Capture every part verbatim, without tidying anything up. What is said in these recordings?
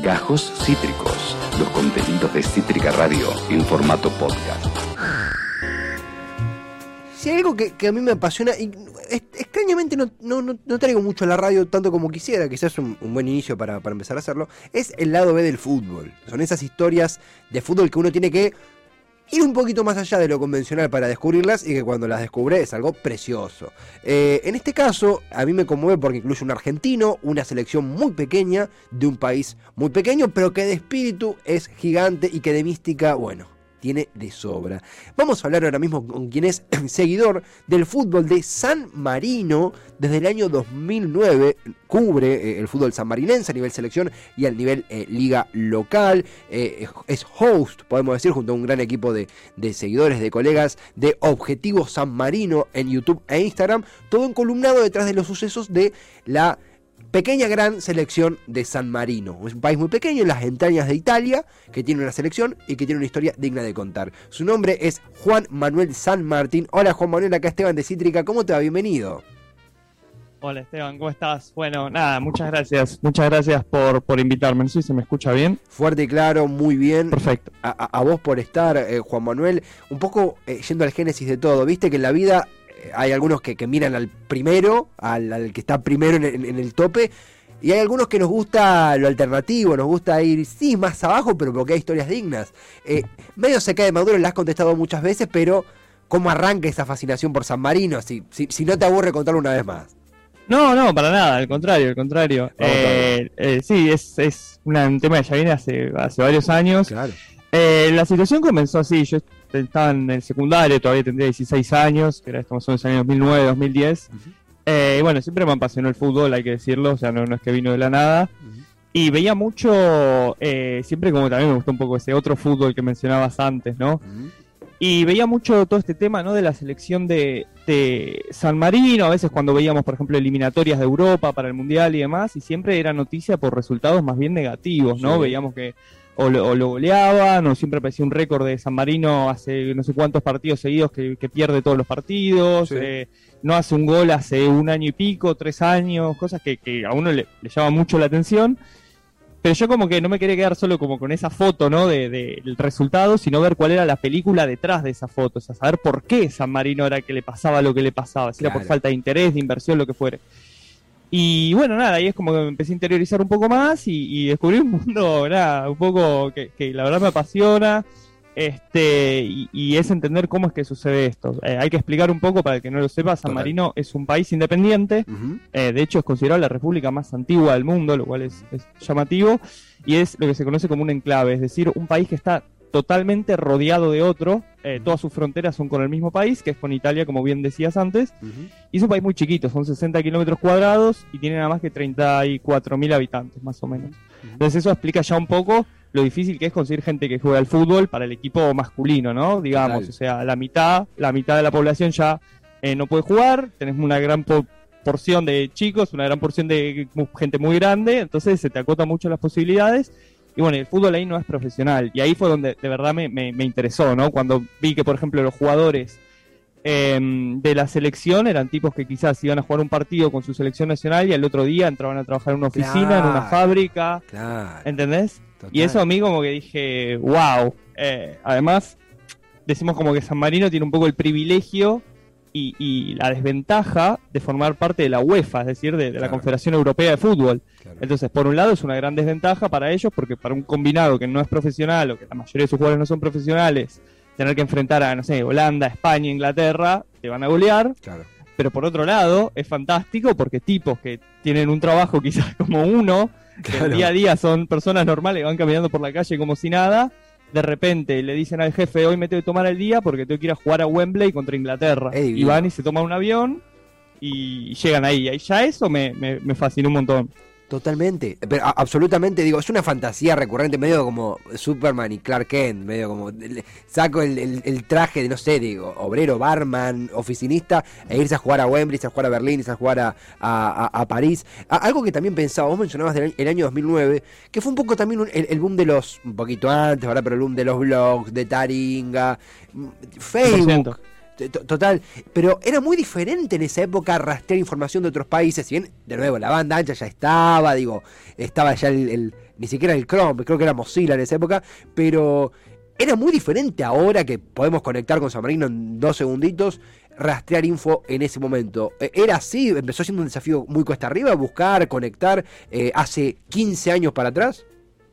Gajos Cítricos, los contenidos de Cítrica Radio en formato podcast. Si hay algo que, que a mí me apasiona, y es, extrañamente no, no, no, no traigo mucho a la radio tanto como quisiera, quizás es un, un buen inicio para, para empezar a hacerlo, es el lado B del fútbol. Son esas historias de fútbol que uno tiene que ir un poquito más allá de lo convencional para descubrirlas, y que cuando las descubre es algo precioso. Eh, en este caso, a mí me conmueve porque incluye un argentino, una selección muy pequeña, de un país muy pequeño, pero que de espíritu es gigante y que de mística, bueno, tiene de sobra. Vamos a hablar ahora mismo con quien es seguidor del fútbol de San Marino desde el año dos mil nueve, cubre eh, el fútbol sanmarinense a nivel selección y al nivel eh, liga local, eh, es host, podemos decir, junto a un gran equipo de, de seguidores, de colegas de Objetivo San Marino en YouTube e Instagram, todo encolumnado detrás de los sucesos de la pequeña gran selección de San Marino. Es un país muy pequeño en las entrañas de Italia, que tiene una selección y que tiene una historia digna de contar. Su nombre es Juan Manuel San Martín. Hola Juan Manuel, acá Esteban de Cítrica, ¿cómo te va? Bienvenido. Hola Esteban, ¿cómo estás? Bueno, nada, muchas gracias, muchas gracias por, por invitarme. No sé si se me escucha bien. Fuerte y claro, muy bien. Perfecto. A, a, a vos por estar, eh, Juan Manuel. Un poco eh, yendo al génesis de todo, viste que en la vida hay algunos que, que miran al primero, al, al que está primero en, en, en el tope, y hay algunos que nos gusta lo alternativo, nos gusta ir, sí, más abajo, pero porque hay historias dignas. Eh, medio se cae de maduro, la has contestado muchas veces, pero ¿cómo arranca esa fascinación por San Marino? Si, si, si no te aburre contarlo una vez más. No, no, para nada, al contrario, al contrario. Eh, eh, sí, es, es una, un tema que ya viene hace, hace varios años. Claro. Eh, la situación comenzó así, yo estaba en el secundario, todavía tendría dieciséis años, que era estamos en los años dos mil nueve, dos mil diez. Uh-huh. Eh, y bueno, siempre me apasionó el fútbol, hay que decirlo, o sea, no, no es que vino de la nada. Uh-huh. Y veía mucho, eh, siempre como también me gustó un poco ese otro fútbol que mencionabas antes, ¿no? Uh-huh. Y veía mucho todo este tema, ¿no? De la selección de, de San Marino, a veces cuando veíamos, por ejemplo, eliminatorias de Europa para el Mundial y demás, y siempre era noticia por resultados más bien negativos, ¿no? Sí. Veíamos que O lo, o lo goleaban, o siempre aparecía un récord de San Marino hace no sé cuántos partidos seguidos que, que pierde todos los partidos, sí. eh, no hace un gol hace un año y pico, tres años, cosas que, que a uno le, le llama mucho la atención, pero yo como que no me quería quedar solo como con esa foto, ¿no? de, de, del resultado, sino ver cuál era la película detrás de esa foto, o sea, saber por qué San Marino era que le pasaba lo que le pasaba, si claro. era por falta de interés, de inversión, lo que fuere. Y bueno, nada, ahí es como que me empecé a interiorizar un poco más y, y descubrí un mundo, nada, un poco que, que la verdad me apasiona, este y, y es entender cómo es que sucede esto. Eh, hay que explicar un poco para el que no lo sepa, San Marino es un país independiente, uh-huh. eh, de hecho es considerado la república más antigua del mundo, lo cual es, es llamativo, y es lo que se conoce como un enclave, es decir, un país que está totalmente rodeado de otro, eh, todas sus fronteras son con el mismo país, que es con Italia, como bien decías antes, uh-huh. y es un país muy chiquito, son sesenta kilómetros cuadrados y tiene nada más que treinta y cuatro mil habitantes, más o menos. Uh-huh. Entonces eso explica ya un poco lo difícil que es conseguir gente que juega al fútbol para el equipo masculino, ¿no? Digamos, Total. O sea, la mitad, la mitad de la población ya eh, no puede jugar, tenés una gran po- porción de chicos, una gran porción de gente muy grande, entonces se te acotan mucho las posibilidades. Y bueno, el fútbol ahí no es profesional. Y ahí fue donde de verdad me, me, me interesó, ¿no? Cuando vi que, por ejemplo, los jugadores eh, de la selección eran tipos que quizás iban a jugar un partido con su selección nacional y al otro día entraban a trabajar en una oficina, claro, en una fábrica. Claro. ¿Entendés? Total. Y eso a mí como que dije, wow. Eh, además, decimos como que San Marino tiene un poco el privilegio y, y la desventaja de formar parte de la UEFA, es decir, de, de claro. la Confederación Europea de Fútbol. Claro. Entonces, por un lado es una gran desventaja para ellos, porque para un combinado que no es profesional, o que la mayoría de sus jugadores no son profesionales, tener que enfrentar a, no sé, Holanda, España, Inglaterra, te van a golear. Claro. Pero por otro lado, es fantástico porque tipos que tienen un trabajo quizás como uno, que claro. el día a día son personas normales, van caminando por la calle como si nada, de repente le dicen al jefe, hoy me tengo que tomar el día porque tengo que ir a jugar a Wembley contra Inglaterra. Ey, y van y se toman un avión y llegan ahí. Y ya eso me, me, me fascinó un montón. Totalmente, pero a, absolutamente, digo, es una fantasía recurrente, medio como Superman y Clark Kent, medio como le, saco el, el, el traje de, no sé, digo, obrero, barman, oficinista, e irse a jugar a Wembley, irse a jugar a Berlín, irse a jugar a, a, a, a París. A, algo que también pensaba, vos mencionabas del, el año dos mil nueve, que fue un poco también un, el, el boom de los, un poquito antes, ¿verdad? Pero el boom de los blogs, de Taringa, Facebook. Total, pero era muy diferente en esa época rastrear información de otros países, si bien, de nuevo, la banda ancha ya estaba, digo, estaba ya el, el ni siquiera el Chrome, creo que era Mozilla en esa época, pero era muy diferente ahora que podemos conectar con San Marino en dos segunditos, rastrear info en ese momento. ¿Era así? ¿Empezó siendo un desafío muy cuesta arriba, buscar, conectar, eh, hace quince años para atrás?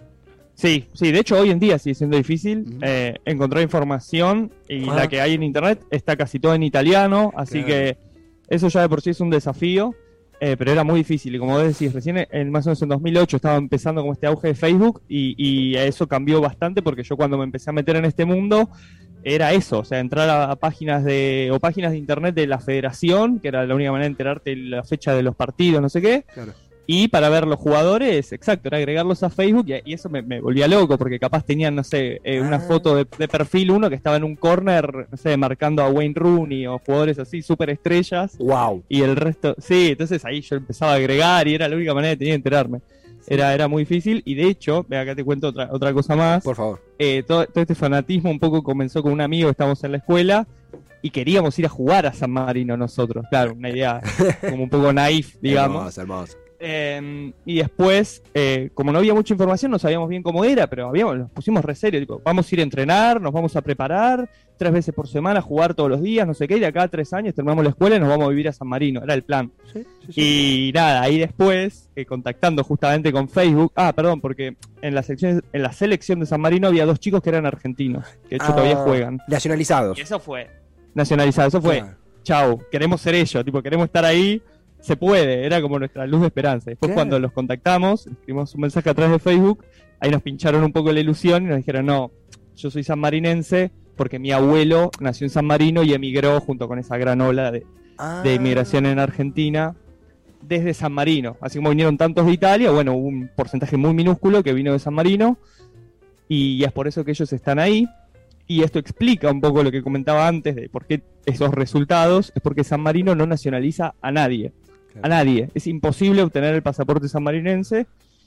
Sí, sí, de hecho hoy en día sigue siendo difícil uh-huh. eh, encontrar información y ah. la que hay en internet está casi todo en italiano, así claro. que eso ya de por sí es un desafío, eh, pero era muy difícil y como vos decís, recién en, más o menos en dos mil ocho estaba empezando como este auge de Facebook y, y eso cambió bastante porque yo cuando me empecé a meter en este mundo era eso, o sea, entrar a, a páginas de o páginas de internet de la federación, que era la única manera de enterarte de la fecha de los partidos, no sé qué. Claro. Y para ver los jugadores, exacto, era agregarlos a Facebook y, y eso me, me volvía loco, porque capaz tenían, no sé, eh, una ah. foto de, de perfil uno que estaba en un corner, no sé, marcando a Wayne Rooney o jugadores así, súper estrellas. Wow. Y el resto, sí, entonces ahí yo empezaba a agregar y era la única manera que tenía de enterarme. Sí. Era, era muy difícil y de hecho, acá te cuento otra, otra cosa más. Por favor. Eh, todo, todo este fanatismo un poco comenzó con un amigo, estábamos en la escuela y queríamos ir a jugar a San Marino nosotros. Claro, una idea como un poco naif, digamos. Hermoso, hermoso. Eh, y después, eh, como no había mucha información, no sabíamos bien cómo era, pero habíamos, nos pusimos re serio, tipo, vamos a ir a entrenar, nos vamos a preparar, tres veces por semana, jugar todos los días, no sé qué, y de acá a tres años terminamos la escuela y nos vamos a vivir a San Marino, era el plan. Sí, sí, sí. Y nada, ahí después, eh, contactando justamente con Facebook, ah, perdón, porque en la, sección, en la selección de San Marino había dos chicos que eran argentinos, que de hecho ah, todavía juegan. Nacionalizados. Y eso fue, nacionalizados, eso fue, claro. Chau, queremos ser ellos, tipo, queremos estar ahí. Se puede, era como nuestra luz de esperanza. Después claro. Cuando los contactamos, escribimos un mensaje a través de Facebook, ahí nos pincharon un poco la ilusión y nos dijeron, no, yo soy sanmarinense porque mi abuelo nació en San Marino y emigró junto con esa gran ola de, ah. de inmigración en Argentina desde San Marino. Así como vinieron tantos de Italia, bueno, hubo un porcentaje muy minúsculo que vino de San Marino y es por eso que ellos están ahí. Y esto explica un poco lo que comentaba antes de por qué esos resultados, es porque San Marino no nacionaliza a nadie. Claro. A nadie. Es imposible obtener el pasaporte sanmarinense.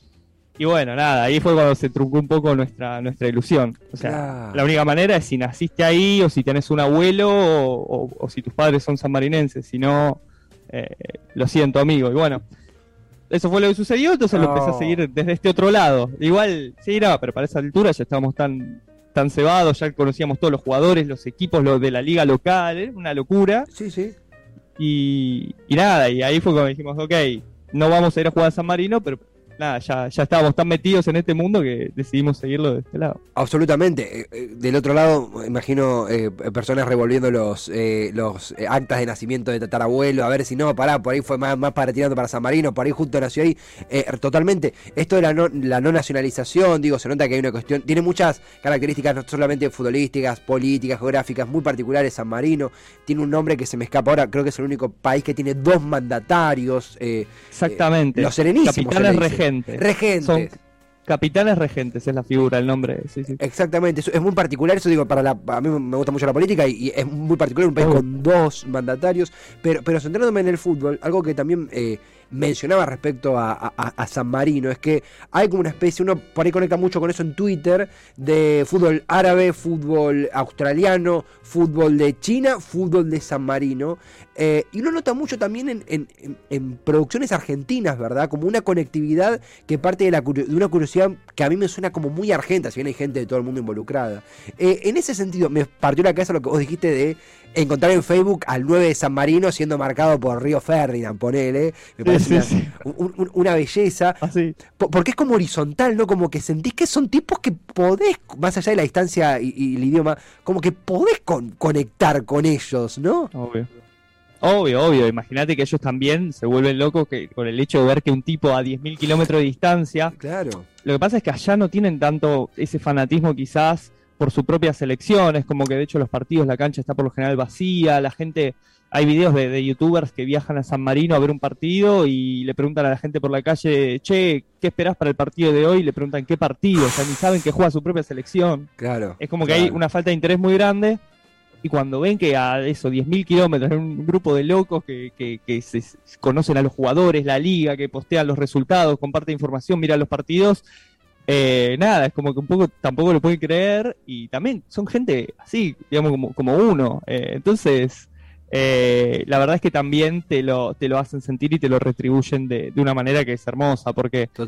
Y bueno, nada, ahí fue cuando se truncó un poco nuestra, nuestra ilusión. O sea, claro. La única manera es si naciste ahí, o si tenés un abuelo, o, o, o si tus padres son sanmarinenses. Si no, eh, lo siento, amigo. Y bueno, eso fue lo que sucedió, entonces oh. lo empecé a seguir desde este otro lado. Igual, sí, no, pero para esa altura ya estábamos tan... tan cebados, ya conocíamos todos los jugadores, los equipos los de la liga local, ¿eh? Una locura. Sí, sí. Y, y nada, y ahí fue cuando dijimos, ok, no vamos a ir a jugar a San Marino, pero nada, ya, ya estábamos tan metidos en este mundo que decidimos seguirlo de este lado. Absolutamente. Del otro lado, imagino eh, personas revolviendo los eh, los actas de nacimiento de tatarabuelo, a ver si no, pará, por ahí fue más, más para tirando para San Marino, por ahí justo nació ahí. Eh, totalmente. Esto de la no, la no nacionalización, digo, se nota que hay una cuestión, tiene muchas características, no solamente futbolísticas, políticas, geográficas, muy particulares. San Marino tiene un nombre que se me escapa ahora, creo que es el único país que tiene dos mandatarios. Eh, Exactamente. Eh, los serenísimos. Capitanes regentes. Regentes. Son capitanes regentes, es la figura, el nombre. Sí, sí. Exactamente, eso es muy particular, eso digo, para la, a mí me gusta mucho la política y, y es muy particular un país oh. con dos mandatarios, pero, pero centrándome en el fútbol, algo que también eh, mencionaba respecto a, a, a San Marino, es que hay como una especie, uno por ahí conecta mucho con eso en Twitter, de fútbol árabe, fútbol australiano, fútbol de China, fútbol de San Marino, eh, y uno nota mucho también en, en, en, en producciones argentinas, ¿verdad? Como una conectividad que parte de, la, de una curiosidad que a mí me suena como muy argenta, si bien hay gente de todo el mundo involucrada. Eh, en ese sentido, me partió la cabeza lo que vos dijiste de encontrar en Facebook al nueve de San Marino siendo marcado por Río Ferdinand, ponele. Me parece sí, una, sí, sí. Un, un, una belleza. Ah, sí. Porque es como horizontal, ¿no? Como que sentís que son tipos que podés, más allá de la distancia y, y el idioma, como que podés con, conectar con ellos, ¿no? Obvio. Obvio, obvio. Imagínate que ellos también se vuelven locos que, con el hecho de ver que un tipo a diez mil kilómetros de distancia... Claro. Lo que pasa es que allá no tienen tanto ese fanatismo quizás por su propia selección. Es como que de hecho los partidos, la cancha está por lo general vacía. La gente... Hay videos de, de youtubers que viajan a San Marino a ver un partido y le preguntan a la gente por la calle, che, ¿qué esperás para el partido de hoy? Y le preguntan qué partido. O sea, ni saben que juega su propia selección. Claro. Es como claro. que hay una falta de interés muy grande. Y cuando ven que a eso, diez mil kilómetros, un grupo de locos que, que, que se conocen a los jugadores, la liga, que postean los resultados, comparten información, miran los partidos, eh, nada, es como que un poco tampoco lo pueden creer, y también son gente así, digamos, como, como uno. Eh, entonces, eh, la verdad es que también te lo, te lo hacen sentir y te lo retribuyen de, de una manera que es hermosa, porque Total.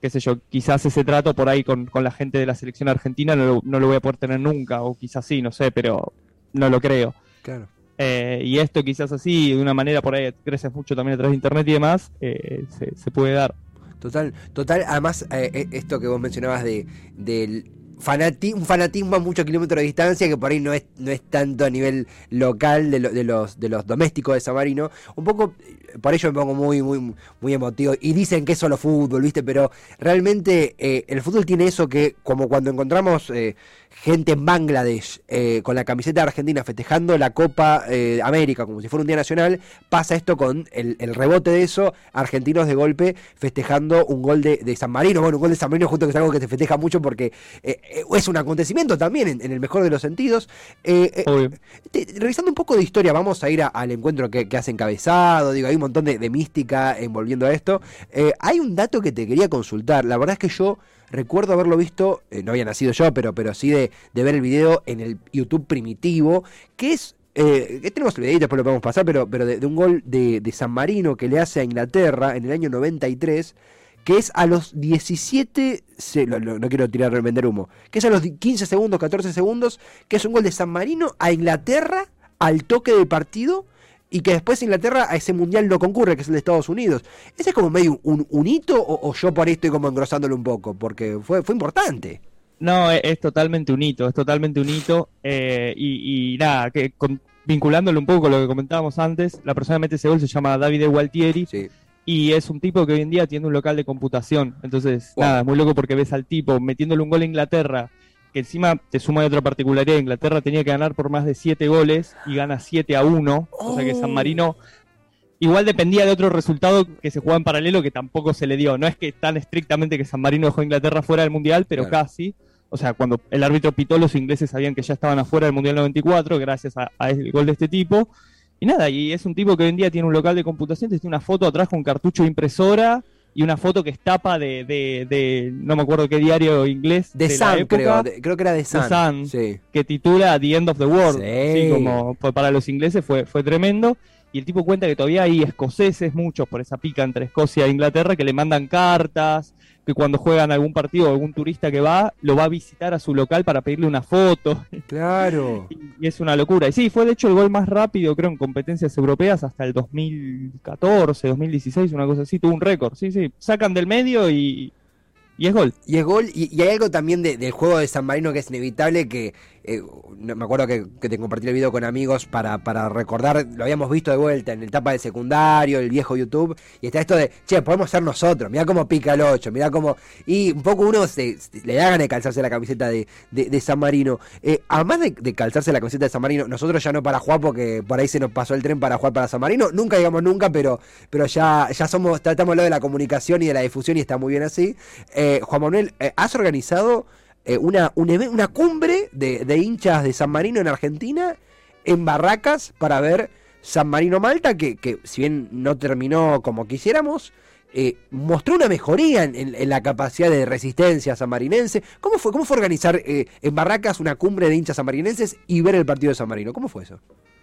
qué sé yo, quizás ese trato por ahí con, con la gente de la selección argentina no lo, no lo voy a poder tener nunca, o quizás sí, no sé, pero no lo creo. Claro. Eh, y esto quizás así, de una manera por ahí, gracias mucho también a través de internet y demás, eh, se, se puede dar. Total, total, además eh, esto que vos mencionabas de del fanati un fanatismo a muchos kilómetros de distancia que por ahí no es no es tanto a nivel local de, lo, de los de los domésticos de San Marino, un poco por ello me pongo muy muy muy emotivo y dicen que es solo fútbol, ¿viste? Pero realmente eh, el fútbol tiene eso que como cuando encontramos eh, gente en Bangladesh eh, con la camiseta de Argentina festejando la Copa eh, América como si fuera un día nacional, pasa esto con el, el rebote de eso, argentinos de golpe festejando un gol de, de San Marino, bueno, un gol de San Marino justo que es algo que se festeja mucho porque eh, es un acontecimiento también en, en el mejor de los sentidos. Eh, eh, te, revisando un poco de historia, vamos a ir a, al encuentro que, que has encabezado, digo, hay un montón de, de mística envolviendo a esto. Eh, hay un dato que te quería consultar, la verdad es que yo recuerdo haberlo visto, eh, no había nacido yo, pero, pero sí de, de ver el video en el YouTube primitivo, que es, eh, que tenemos el videito, después lo podemos pasar, pero, pero de, de un gol de, de San Marino que le hace a Inglaterra en el año noventa y tres, que es a los diecisiete, se, no, no, no quiero tirar vender humo, que es a los quince segundos, catorce segundos, que es un gol de San Marino a Inglaterra al toque del partido, y que después Inglaterra a ese mundial no concurre, que es el de Estados Unidos. ¿Ese es como medio un, un hito o, o yo por ahí estoy como engrosándolo un poco? Porque fue, fue importante. No, es, es totalmente un hito, es totalmente un hito. Eh, y, y nada, que con, vinculándolo un poco con lo que comentábamos antes, la persona que mete ese gol se llama Davide Gualtieri. Sí. Y es un tipo que hoy en día tiene un local de computación. Entonces, wow. nada, es muy loco porque ves al tipo metiéndole un gol a Inglaterra, que encima te suma de otra particularidad. Inglaterra tenía que ganar por más de siete goles y gana siete a uno. Oh. O sea que San Marino igual dependía de otro resultado que se jugaba en paralelo que tampoco se le dio. No es que tan estrictamente que San Marino dejó a Inglaterra fuera del Mundial, pero claro. casi. O sea, cuando el árbitro pitó, los ingleses sabían que ya estaban afuera del Mundial noventa y cuatro gracias a, a el gol de este tipo. Y nada, y es un tipo que hoy en día tiene un local de computación, tiene una foto atrás con cartucho de impresora y una foto que es tapa de, de, de no me acuerdo qué diario inglés de, de Sun, la época, creo, de, creo que era de Sun, de Sun sí. que titula The End of the World, sí. sí, como fue para los ingleses fue, fue tremendo. Y el tipo cuenta que todavía hay escoceses, muchos por esa pica entre Escocia e Inglaterra, que le mandan cartas, que cuando juegan algún partido o algún turista que va, lo va a visitar a su local para pedirle una foto. Claro. Y, y es una locura. Y sí, fue de hecho el gol más rápido, creo, en competencias europeas hasta el dos mil catorce, dos mil dieciséis, una cosa así, tuvo un récord. Sí, sí, sacan del medio y... Y es gol. Y es gol, y, y hay algo también de, del juego de San Marino que es inevitable, que eh, no, me acuerdo que, que te compartí el video con amigos para, para recordar, lo habíamos visto de vuelta en la etapa de secundario, el viejo YouTube, y está esto de, che, podemos ser nosotros, mirá cómo pica el ocho, mirá cómo... Y un poco uno se, se, le da ganas de calzarse la camiseta de, de, de San Marino. Eh, además de, de calzarse la camiseta de San Marino, nosotros ya no para jugar, porque por ahí se nos pasó el tren para jugar para San Marino, nunca digamos nunca, pero, pero ya, ya somos, tratamos lo de la comunicación y de la difusión y está muy bien así. Eh, Eh, Juan Manuel, eh, has organizado eh, una, un una cumbre de, de hinchas de San Marino en Argentina en Barracas para ver San Marino Malta, que, que si bien no terminó como quisiéramos, eh, mostró una mejoría en, en, en la capacidad de resistencia sanmarinense. ¿Cómo fue, cómo fue organizar eh, en Barracas una cumbre de hinchas sanmarinenses y ver el partido de San Marino? ¿Cómo fue eso?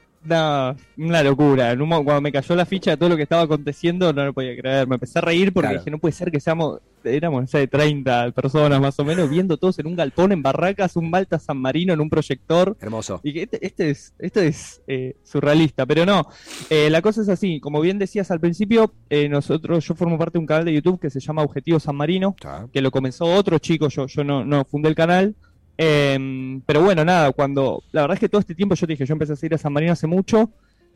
No, una locura. En un, cuando me cayó la ficha de todo lo que estaba aconteciendo, no lo podía creer. Me empecé a reír porque claro. dije, no puede ser que seamos, éramos, no sé, treinta personas más o menos, viendo todos en un galpón en Barracas, un Malta San Marino en un proyector. Hermoso. Y que este, este es, este es eh, surrealista, pero no. Eh, la cosa es así, como bien decías al principio, eh, nosotros, yo formo parte de un canal de YouTube que se llama Objetivo San Marino, ah. que lo comenzó otro chico, yo, yo no, no fundé el canal. Eh, pero bueno, nada, cuando la verdad es que todo este tiempo yo te dije, yo empecé a seguir a San Marino hace mucho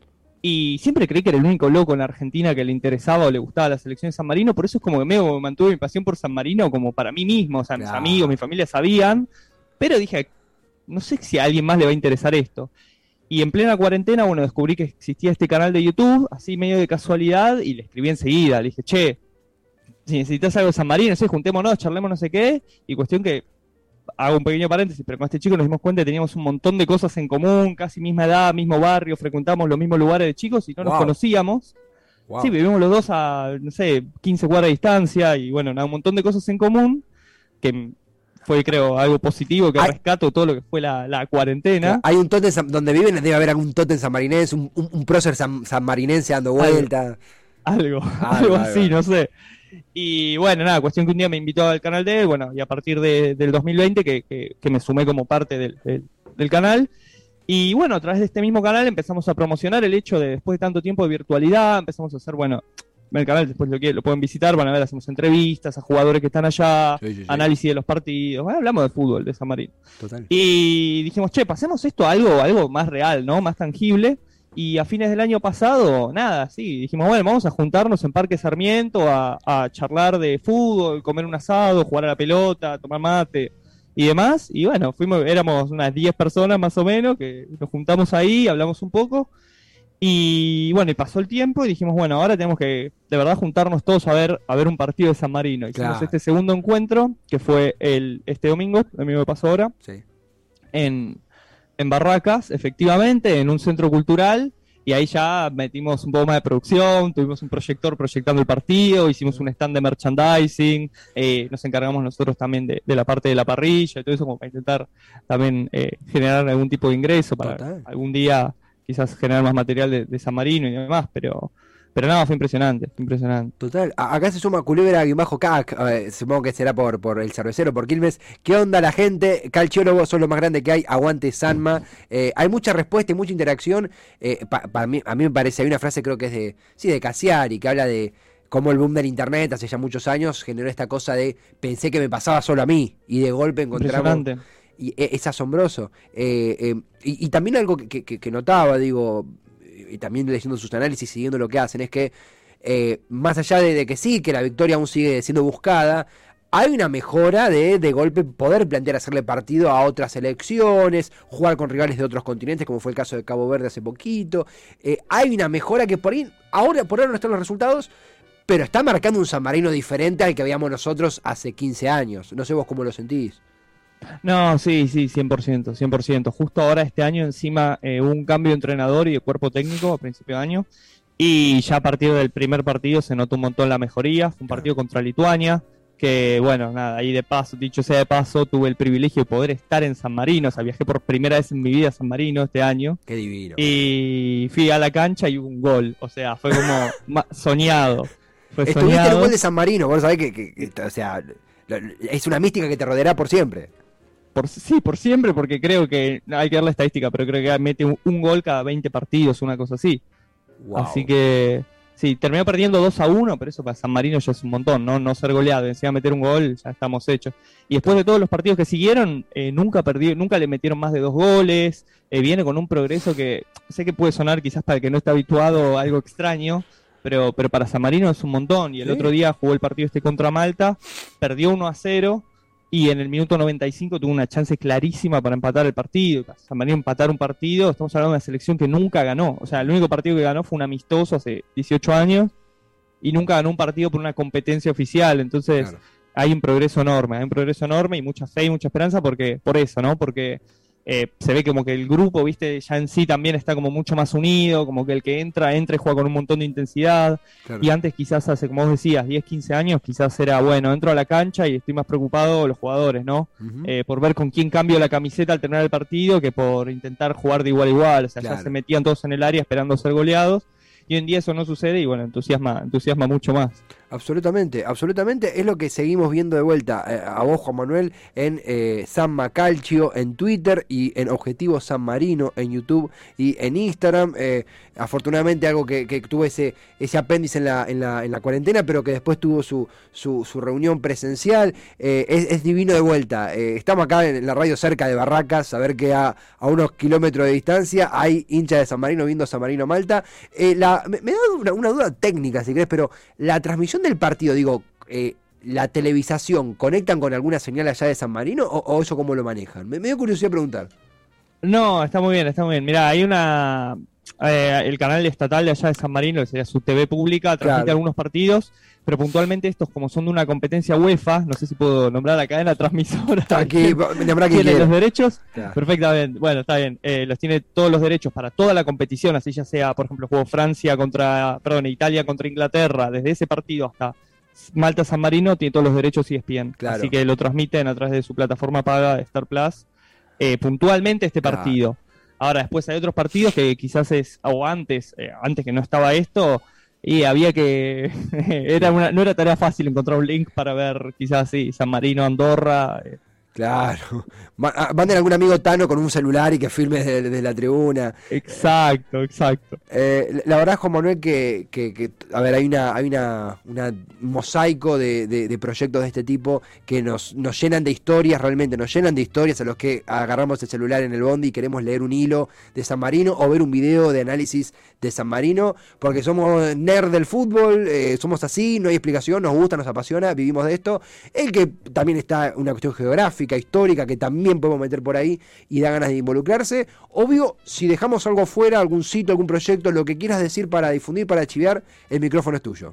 y siempre creí que era el único loco en la Argentina que le interesaba o le gustaba la selección de San Marino, por eso es como que medio me mantuve mi pasión por San Marino como para mí mismo, o sea, mis claro. amigos, mi familia sabían, pero dije, no sé si a alguien más le va a interesar esto. Y en plena cuarentena, bueno, descubrí que existía este canal de YouTube, así medio de casualidad, y le escribí enseguida, le dije, che, si necesitas algo de San Marino, no sé, juntémonos, charlemos no sé qué, y cuestión que hago un pequeño paréntesis, pero con este chico nos dimos cuenta que teníamos un montón de cosas en común, casi misma edad, mismo barrio, frecuentamos los mismos lugares de chicos y no wow. nos conocíamos. Wow. Sí, vivimos los dos a, no sé, quince cuadras de distancia y bueno, nada, un montón de cosas en común, que fue, creo, algo positivo, que hay, rescato todo lo que fue la, la cuarentena. Hay un tótem donde viven, debe haber algún tótem sanmarinense, un, un, un prócer san, sanmarinense dando vuelta. Algo, algo, algo, algo así, no sé. Y bueno, nada, cuestión que un día me invitó al canal de él, bueno, y a partir de, del dos mil veinte que, que, que me sumé como parte del, del, del canal. Y bueno, a través de este mismo canal empezamos a promocionar el hecho de, después de tanto tiempo de virtualidad, empezamos a hacer, bueno, el canal después lo, lo pueden visitar, van a ver, hacemos entrevistas a jugadores que están allá, sí, sí, sí. análisis de los partidos, bueno, hablamos de fútbol, de San Marino. Total. Y dijimos, che, pasemos esto a algo, algo más real, ¿no? Más tangible. Y a fines del año pasado, nada, sí, dijimos, bueno, vamos a juntarnos en Parque Sarmiento a, a charlar de fútbol, comer un asado, jugar a la pelota, tomar mate y demás. Y bueno, fuimos, éramos unas diez personas más o menos, que nos juntamos ahí, hablamos un poco. Y bueno, y pasó el tiempo y dijimos, bueno, ahora tenemos que de verdad juntarnos todos a ver a ver un partido de San Marino. Hicimos claro. este segundo encuentro, que fue el este domingo, el domingo que pasó ahora, sí. en, en Barracas, efectivamente, en un centro cultural, y ahí ya metimos un poco más de producción, tuvimos un proyector proyectando el partido, hicimos un stand de merchandising, eh, nos encargamos nosotros también de, de la parte de la parrilla y todo eso, como para intentar también eh, generar algún tipo de ingreso para Total. algún día quizás generar más material de, de San Marino y demás, pero pero nada, fue impresionante, fue impresionante. Total, a- acá se suma Culebra y bajo C A C, eh, supongo que será por, por el cervecero, por Quilmes. ¿Qué onda la gente? Calciólogos son lo más grande que hay, aguante Sanma. Eh, hay mucha respuesta y mucha interacción. Eh, pa- pa mí, a mí me parece, hay una frase creo que es de, sí, de Cassiari, que habla de cómo el boom del internet hace ya muchos años generó esta cosa de pensé que me pasaba solo a mí y de golpe encontramos... Y es asombroso. Eh, eh, y, y también algo que, que, que notaba, digo, y también leyendo sus análisis, siguiendo lo que hacen, es que eh, más allá de, de que sí, que la victoria aún sigue siendo buscada, hay una mejora de de golpe poder plantear hacerle partido a otras selecciones, jugar con rivales de otros continentes, como fue el caso de Cabo Verde hace poquito. Eh, hay una mejora que por ahí, ahora por ahora no están los resultados, pero está marcando un San Marino diferente al que veíamos nosotros hace quince años. No sé vos cómo lo sentís. No, sí, sí, cien por ciento, cien por ciento. Justo ahora este año encima eh, hubo un cambio de entrenador y de cuerpo técnico a principio de año y ya a partir del primer partido se notó un montón la mejoría. Fue un partido contra Lituania que, bueno, nada, ahí de paso, dicho sea de paso, tuve el privilegio de poder estar en San Marino. O sea, viajé por primera vez en mi vida a San Marino este año. Qué divino. Y fui a la cancha y hubo un gol, o sea, fue como soñado. Fue Estuviste soñado. en el gol de San Marino, vos sabés que, que, que o sea, es una mística que te rodeará por siempre. Por, sí, por siempre, porque creo que, hay que ver la estadística, pero creo que mete un, un gol cada veinte partidos, una cosa así. Wow. Así que, sí, terminó perdiendo dos a uno, pero eso para San Marino ya es un montón, ¿no? No ser goleado, encima meter un gol, ya estamos hechos. Y después de todos los partidos que siguieron, eh, nunca perdió, nunca le metieron más de dos goles, eh, viene con un progreso que, sé que puede sonar quizás para el que no está habituado algo extraño, pero, pero para San Marino es un montón. Y el ¿Sí? otro día jugó el partido este contra Malta, perdió uno a cero, y en el minuto noventa y cinco tuvo una chance clarísima para empatar el partido. San Marino empatar un partido, estamos hablando de una selección que nunca ganó. O sea, el único partido que ganó fue un amistoso hace dieciocho años y nunca ganó un partido por una competencia oficial. Entonces, claro. hay un progreso enorme, hay un progreso enorme y mucha fe y mucha esperanza porque por eso, ¿no? Porque eh, se ve como que el grupo, viste, ya en sí también está como mucho más unido, como que el que entra, entra y juega con un montón de intensidad. Claro. Y antes quizás hace, como vos decías, diez, quince años, quizás era, bueno, entro a la cancha y estoy más preocupado los jugadores, ¿no? Uh-huh. Eh, por ver con quién cambio la camiseta al terminar el partido que por intentar jugar de igual a igual. O sea, claro. ya se metían todos en el área esperando ser goleados. Y hoy en día eso no sucede y bueno, entusiasma, entusiasma mucho más. Absolutamente, absolutamente. Es lo que seguimos viendo de vuelta eh, a vos, Juan Manuel, en eh, San Macalcio, en Twitter y en Objetivo San Marino, en YouTube y en Instagram. Eh, afortunadamente algo que, que tuvo ese, ese apéndice en la, en, la, en la cuarentena, pero que después tuvo su, su, su reunión presencial. Eh, es, es divino de vuelta. Eh, estamos acá en la radio cerca de Barracas, a ver que a, a unos kilómetros de distancia hay hinchas de San Marino viendo San Marino Malta. Eh, la, me, me da una, una duda técnica, si querés, pero la transmisión del partido, digo, eh, la televisación, ¿conectan con alguna señal allá de San Marino o, o eso cómo lo manejan? Me, me dio curiosidad preguntar. No, está muy bien, está muy bien. Mirá, hay una... Eh, el canal estatal de allá de San Marino, que sería su T V pública, transmite claro. algunos partidos, pero puntualmente estos, como son de una competencia UEFA, no sé si puedo nombrar la cadena transmisora. Está aquí, ¿tiene los derechos? Claro. Perfectamente, bueno, está bien, eh, los tiene todos los derechos para toda la competición, así ya sea, por ejemplo, jugó Francia contra, perdón, Italia contra Inglaterra, desde ese partido hasta Malta San Marino, tiene todos los derechos E S P N, claro. así que lo transmiten a través de su plataforma paga de Star Plus, eh, puntualmente este claro. partido. Ahora, después hay otros partidos que quizás es, o antes, eh, antes que no estaba esto, y había que, era una, no era tarea fácil encontrar un link para ver quizás sí, San Marino, Andorra. Eh. Claro, manden algún amigo Tano con un celular y que filme desde, desde la tribuna. Exacto, exacto. Eh, la verdad, Juan Manuel, que, que, que a ver, hay una, hay una, una mosaico de, de, de proyectos de este tipo que nos, nos llenan de historias, realmente nos llenan de historias a los que agarramos el celular en el bondi y queremos leer un hilo de San Marino o ver un video de análisis de San Marino, porque somos nerd del fútbol, eh, somos así, no hay explicación, nos gusta, nos apasiona, vivimos de esto. El que también está una cuestión geográfica, histórica, que también podemos meter por ahí y da ganas de involucrarse. Obvio, si dejamos algo fuera, algún sitio, algún proyecto, lo que quieras decir para difundir, para chivear, el micrófono es tuyo.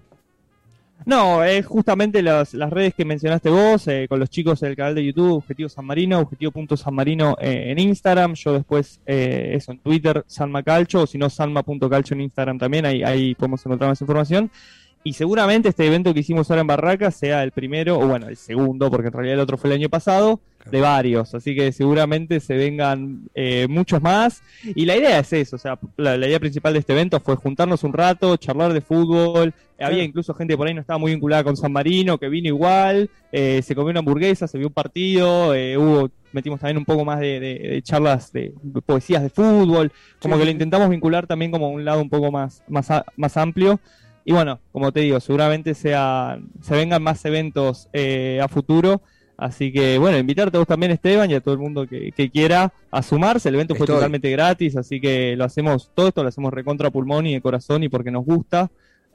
No, es justamente las, las redes que mencionaste vos, eh, con los chicos del canal de YouTube, Objetivo San Marino, objetivo.sanmarino eh, en Instagram, yo después, eh, eso, en Twitter, Sanma Calcio, o si no, sanma punto calcio en Instagram también, ahí, ahí podemos encontrar más información. Y seguramente este evento que hicimos ahora en Barracas sea el primero, o bueno, el segundo, porque en realidad el otro fue el año pasado, de varios. Así que seguramente se vengan eh, muchos más. Y la idea es eso, o sea, la, la idea principal de este evento fue juntarnos un rato, charlar de fútbol. Sí. Había incluso gente por ahí no estaba muy vinculada con San Marino, que vino igual, eh, se comió una hamburguesa, se vio un partido, eh, hubo... metimos también un poco más de, de, de charlas de, de poesías de fútbol, como sí, que lo intentamos vincular también como a un lado un poco más, más, a, más amplio. Y bueno, como te digo, seguramente sea, se vengan más eventos eh, a futuro. Así que bueno, invitarte a vos también, Esteban, y a todo el mundo que, que quiera a sumarse. El evento fue Estoy. totalmente gratis, así que lo hacemos, todo esto lo hacemos recontra pulmón y de corazón y porque nos gusta.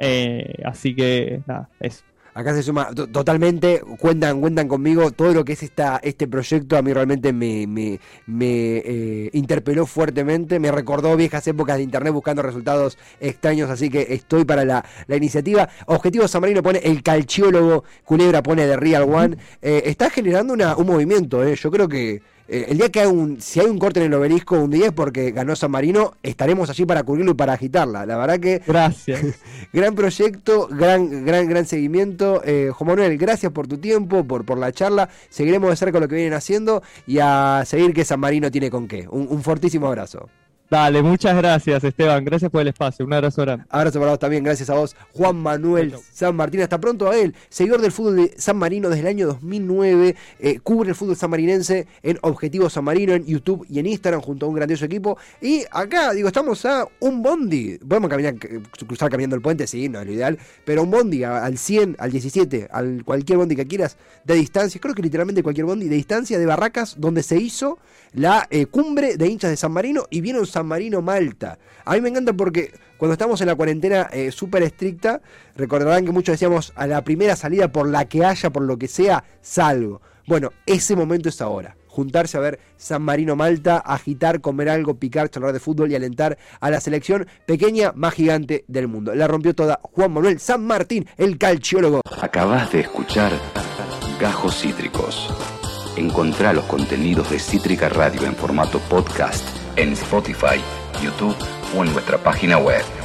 Eh, así que nada, eso. Acá se suma to- totalmente, cuentan cuentan conmigo, todo lo que es esta este proyecto a mí realmente me, me, me eh, interpeló fuertemente, me recordó viejas épocas de internet buscando resultados extraños, así que estoy para la, la iniciativa. Objetivo San Marino pone el calciólogo, Culebra pone The Real One, eh, está generando una, un movimiento, eh. yo creo que Eh, el día que hay un, si hay un corte en el obelisco un día es porque ganó San Marino, estaremos allí para cubrirlo y para agitarla. La verdad que gracias. gran proyecto, gran gran gran seguimiento. Eh, Juan Manuel, gracias por tu tiempo, por por la charla. Seguiremos de cerca lo que vienen haciendo y a seguir que San Marino tiene con qué. Un, un fortísimo abrazo. Dale, muchas gracias, Esteban. Gracias por el espacio. Un abrazo grande. Abrazo para vos también. Gracias a vos, Juan Manuel chau, chau. San Martín. Hasta pronto a él. Seguidor del fútbol de San Marino desde el año dos mil nueve. Eh, cubre el fútbol sanmarinense en Objetivo San Marino, en YouTube y en Instagram, junto a un grandioso equipo. Y acá, digo, estamos a un bondi. Podemos caminar, cruzar caminando el puente, sí, no es lo ideal. Pero un bondi a, al cien, al diecisiete, al cualquier bondi que quieras, de distancia. Creo que literalmente cualquier bondi de distancia de Barracas, donde se hizo la eh, cumbre de hinchas de San Marino y vieron San Marino Malta. A mí me encanta porque cuando estamos en la cuarentena eh, súper estricta, recordarán que muchos decíamos a la primera salida, por la que haya, por lo que sea, salgo. Bueno, ese momento es ahora. Juntarse a ver San Marino Malta, agitar, comer algo, picar, charlar de fútbol y alentar a la selección pequeña más gigante del mundo. La rompió toda Juan Manuel San Martín, el calciólogo. Acabas de escuchar Gajos Cítricos. Encontrá los contenidos de Cítrica Radio en formato podcast en Spotify, YouTube o en nuestra página web.